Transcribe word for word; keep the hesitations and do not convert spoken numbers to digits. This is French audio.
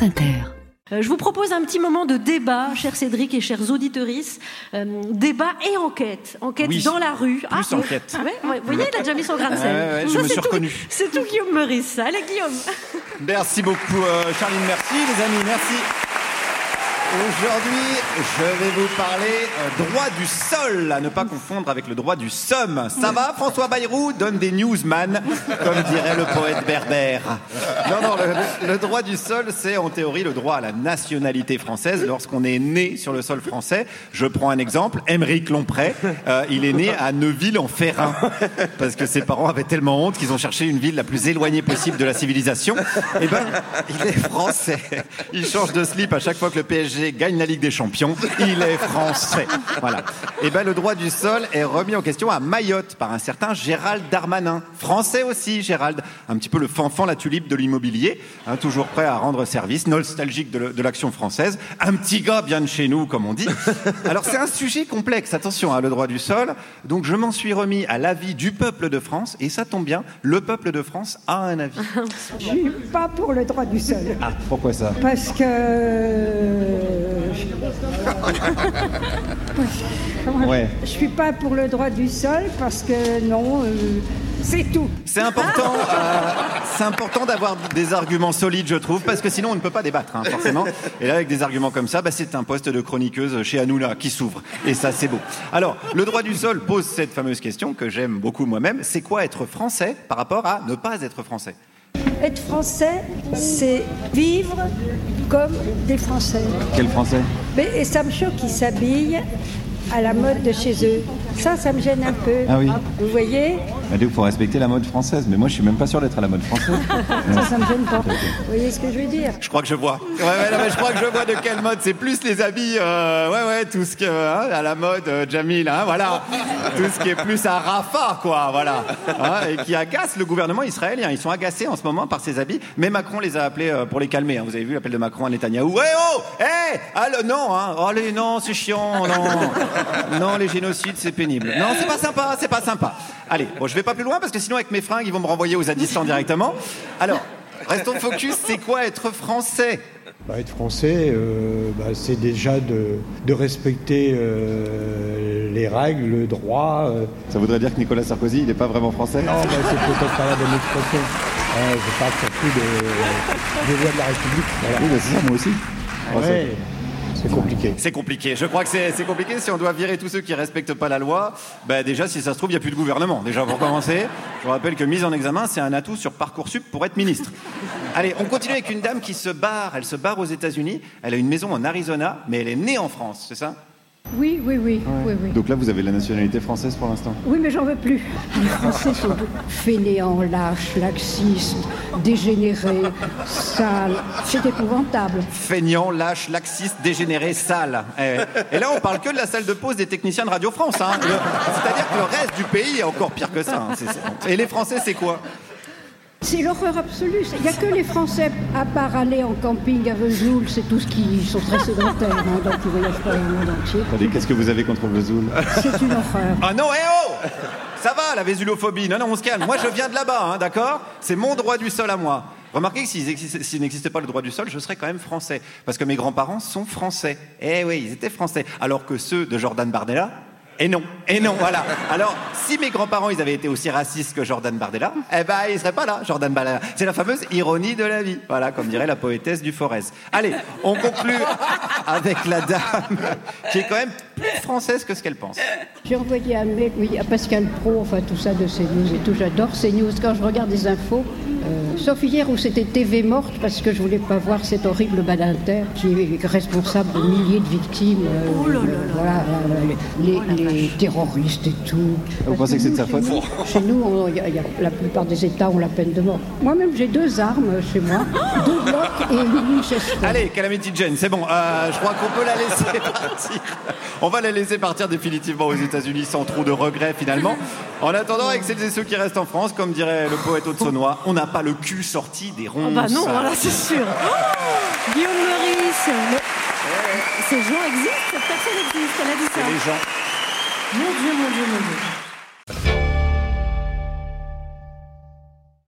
France Inter. Je vous propose un petit moment de débat, chers Cédric et chers auditorices. Euh, débat et enquête. Enquête oui. dans la rue. Plus ah, enquête. Ouais, ouais, vous voyez, il a déjà mis son grain de sel. Ouais, ouais, je Ça, me c'est suis tout, reconnu. C'est tout Guillaume Meurice. Allez, Guillaume. Merci beaucoup, euh, Charline. Merci, les amis. Merci. Aujourd'hui, je vais vous parler euh, droit du sol, à ne pas confondre avec le droit du somme. Ça va, François Bayrou donne des newsman, comme dirait le poète berbère. Non, non, le, le droit du sol, c'est en théorie le droit à la nationalité française lorsqu'on est né sur le sol français. Je prends un exemple, Aymeric Lomprey, euh, il est né à Neuville-en-Ferrain, parce que ses parents avaient tellement honte qu'ils ont cherché une ville la plus éloignée possible de la civilisation. Eh ben, il est français. Il change de slip à chaque fois que le P S G gagne la Ligue des Champions, il est français. Voilà. Et ben le droit du sol est remis en question à Mayotte par un certain Gérald Darmanin, français aussi Gérald, un petit peu le fanfan la tulipe de l'immobilier, hein, toujours prêt à rendre service, nostalgique de, le, de l'action française, un petit gars bien de chez nous comme on dit. Alors c'est un sujet complexe, attention, hein, le droit du sol. Donc je m'en suis remis à l'avis du peuple de France et ça tombe bien, le peuple de France a un avis. Je suis pas pour le droit du sol. Ah, pourquoi ça ? Parce que Ouais. Je suis pas pour le droit du sol parce que non, euh, c'est tout. C'est important, euh, c'est important d'avoir des arguments solides, je trouve, parce que sinon on ne peut pas débattre, hein, forcément. Et là, avec des arguments comme ça, bah, c'est un poste de chroniqueuse chez Hanouna qui s'ouvre. Et ça, c'est beau. Alors, le droit du sol pose cette fameuse question que j'aime beaucoup moi-même. C'est quoi être français par rapport à ne pas être français ? Être français, c'est vivre comme des Français. Quel français ? Mais, et ça me choque qu'ils s'habillent à la mode de chez eux. Ça, ça me gêne un peu. Ah oui. Vous voyez ? Il faut respecter la mode française, mais moi je suis même pas sûr d'être à la mode française. Ça, ça me gêne pas. Vous voyez ce que je veux dire ? Je crois que je vois. Ouais, ouais, non, mais je crois que je vois de quelle mode. C'est plus les habits, euh, ouais, ouais, tout ce que, hein, à la mode, euh, Jamil, hein, voilà. Tout ce qui est plus à Rafah, quoi, voilà. Hein, et qui agace le gouvernement israélien. Ils sont agacés en ce moment par ces habits, mais Macron les a appelés euh, pour les calmer. Hein. Vous avez vu l'appel de Macron à Netanyahou. Eh oh, eh, hey, allô, non, hein, allez, non, c'est chiant, non, non, les génocides, c'est pénible. Non, c'est pas sympa, c'est pas sympa. Allez, bon, je vais pas plus loin parce que sinon avec mes fringues, ils vont me renvoyer aux zadistans directement. Alors, restons focus, c'est quoi être français ? Bah, être français, euh, bah, c'est déjà de, de respecter euh, les règles, le droit. Euh. Ça voudrait dire que Nicolas Sarkozy, il n'est pas vraiment français ? Non, bah, c'est peut-être pas la bonne expression. Euh, je parle surtout de, des lois de la République. Voilà. Oui, bah, c'est ça, moi aussi. Ah, ouais. C'est compliqué. C'est compliqué. Je crois que c'est, c'est compliqué. Si on doit virer tous ceux qui respectent pas la loi, bah déjà, si ça se trouve, il n'y a plus de gouvernement. Déjà, pour commencer, je vous rappelle que mise en examen, c'est un atout sur Parcoursup pour être ministre. Allez, on continue avec une dame qui se barre. Elle se barre aux États-Unis. Elle a une maison en Arizona, mais elle est née en France, c'est ça ? Oui, oui, oui, oui, oui. Donc là, vous avez la nationalité française pour l'instant ? Oui, mais j'en veux plus. Les Français sont fainéants, lâches, laxistes, dégénérés, sales. C'est épouvantable. Feignant, lâche, laxiste, dégénéré, sale. Et, et là, on parle que de la salle de pause des techniciens de Radio France. Hein. Le, c'est-à-dire que le reste du pays est encore pire que ça. Hein. C'est, c'est... Et les Français, c'est quoi ? C'est l'horreur absolue. Il n'y a que les Français, à part aller en camping à Vesoul, c'est tous qui sont très sédentaires, hein, donc ils ne voyagent pas dans le monde entier. Attendez, qu'est-ce que vous avez contre Vesoul ? C'est une horreur. Ah non, eh oh ! Ça va, la vésulophobie. Non, non, on se calme. Moi, je viens de là-bas, hein, d'accord ? C'est mon droit du sol à moi. Remarquez que s'il, s'il n'existait pas le droit du sol, je serais quand même français. Parce que mes grands-parents sont français. Eh oui, ils étaient français. Alors que ceux de Jordan Bardella... Et non, et non, voilà. Alors, si mes grands-parents, ils avaient été aussi racistes que Jordan Bardella, eh ben, ils seraient pas là, Jordan Bardella. C'est la fameuse ironie de la vie. Voilà, comme dirait la poétesse du Forez. Allez, on conclut avec la dame qui est quand même plus française que ce qu'elle pense. J'ai envoyé un mail, oui, à Pascal Pro, enfin tout ça de CNews et tout. J'adore CNews. Quand je regarde les infos, euh, sauf hier où c'était T V morte parce que je voulais pas voir cet horrible Badinter qui est responsable de milliers de victimes. Euh, oh là là là. Voilà, les, les, les terroristes et tout. Vous pensez que c'est de sa faute ? Chez nous, on, y a, y a, la plupart des États ont la peine de mort. Moi-même, j'ai deux armes chez moi, deux blocs et une Winchester. Allez, Calamity Jane, c'est bon. Euh, je crois qu'on peut la laisser partir. On va la laisser partir définitivement aux États-Unis sans trop de regrets finalement. En attendant, avec celles et ceux qui restent en France, comme dirait le poète Aude-Saunois, on n'a pas le cul sorti des ronces. Oh bah non, voilà, c'est sûr. Oh, Guillaume Meurice. Mais... Ces gens existent, cette personne existe, elle a dit ça. C'est les gens. Mon Dieu, mon Dieu, mon Dieu.